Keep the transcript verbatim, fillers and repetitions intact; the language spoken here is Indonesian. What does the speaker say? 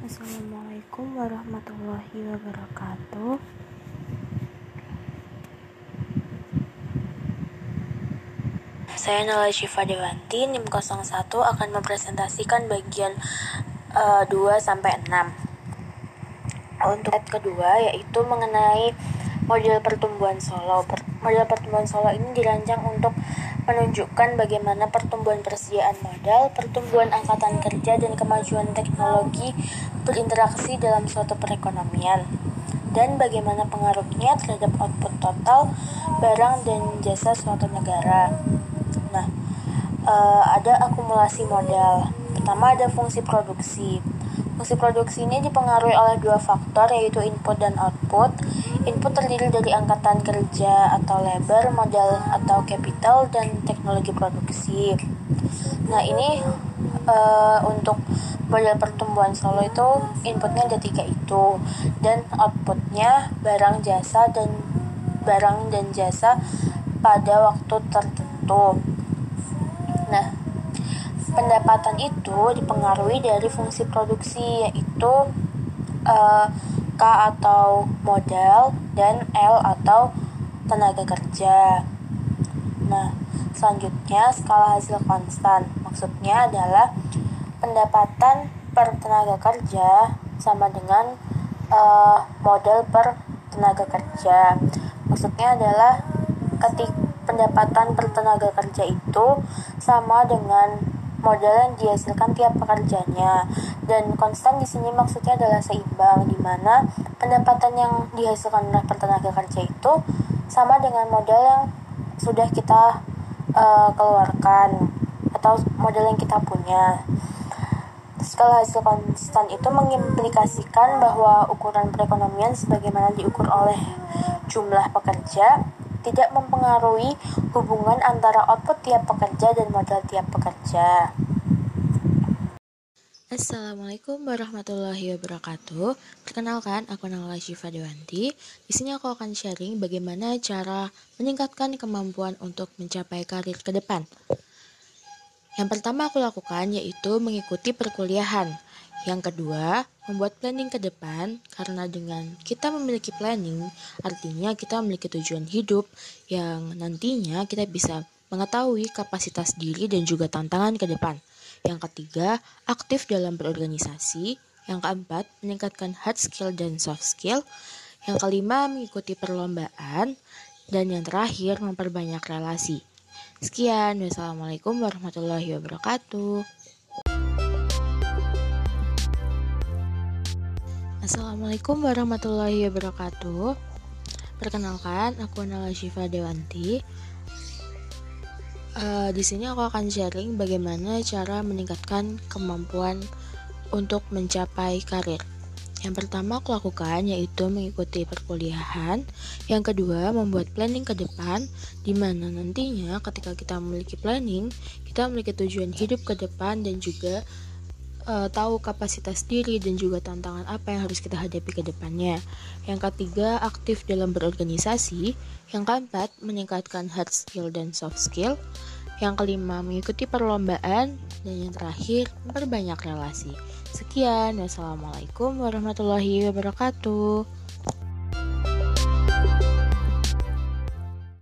Assalamualaikum warahmatullahi wabarakatuh. Saya Nala Syifa Dewanti, NIM nol satu akan mempresentasikan bagian uh, dua sampai enam. Untuk slide kedua yaitu mengenai model pertumbuhan Solo. Per- model pertumbuhan Solo ini dirancang untuk menunjukkan bagaimana pertumbuhan persediaan modal, pertumbuhan angkatan kerja, dan kemajuan teknologi berinteraksi dalam suatu perekonomian, dan bagaimana pengaruhnya terhadap output total barang dan jasa suatu negara. Nah, uh, ada akumulasi modal. Pertama ada fungsi produksi. Fungsi produksi ini dipengaruhi oleh dua faktor, yaitu input dan output. Input terdiri dari angkatan kerja atau labor, modal atau capital, dan teknologi produksi. Nah, ini uh, untuk model pertumbuhan Solo itu inputnya ada tiga itu, dan outputnya barang jasa dan barang dan jasa pada waktu tertentu. Nah, pendapatan itu dipengaruhi dari fungsi produksi, yaitu uh, K atau modal dan L atau tenaga kerja. Nah, selanjutnya skala hasil konstan. Maksudnya adalah pendapatan per tenaga kerja sama dengan uh, modal per tenaga kerja. Maksudnya adalah ketika pendapatan per tenaga kerja itu sama dengan modal yang dihasilkan tiap pekerjanya, dan konstan di sini maksudnya adalah seimbang, di mana pendapatan yang dihasilkan oleh tenaga kerja itu sama dengan modal yang sudah kita uh, keluarkan atau modal yang kita punya. Skala hasil konstan itu mengimplikasikan bahwa ukuran perekonomian sebagaimana diukur oleh jumlah pekerja tidak mempengaruhi hubungan antara output tiap pekerja dan modal tiap pekerja. Assalamualaikum warahmatullahi wabarakatuh. Perkenalkan, aku Nala Syifa Dewanti. Di sini aku akan sharing bagaimana cara meningkatkan kemampuan untuk mencapai karir ke depan. Yang pertama aku lakukan yaitu mengikuti perkuliahan. Yang kedua, membuat planning ke depan, karena dengan kita memiliki planning, artinya kita memiliki tujuan hidup yang nantinya kita bisa mengetahui kapasitas diri dan juga tantangan ke depan. Yang ketiga, aktif dalam berorganisasi. Yang keempat, meningkatkan hard skill dan soft skill. Yang kelima, mengikuti perlombaan. Dan yang terakhir, memperbanyak relasi. Sekian, wassalamualaikum warahmatullahi wabarakatuh. Assalamualaikum warahmatullahi wabarakatuh. Perkenalkan, aku Nala Syifa Dewanti. Uh, di sini aku akan sharing bagaimana cara meningkatkan kemampuan untuk mencapai karir. Yang pertama aku lakukan yaitu mengikuti perkuliahan. Yang kedua, membuat planning ke depan, di mana nantinya ketika kita memiliki planning, kita memiliki tujuan hidup ke depan dan juga Uh, tahu kapasitas diri dan juga tantangan apa yang harus kita hadapi ke depannya. Yang ketiga, aktif dalam berorganisasi. Yang keempat, meningkatkan hard skill dan soft skill. Yang kelima, mengikuti perlombaan. Dan yang terakhir, memperbanyak relasi. Sekian, wassalamualaikum warahmatullahi wabarakatuh.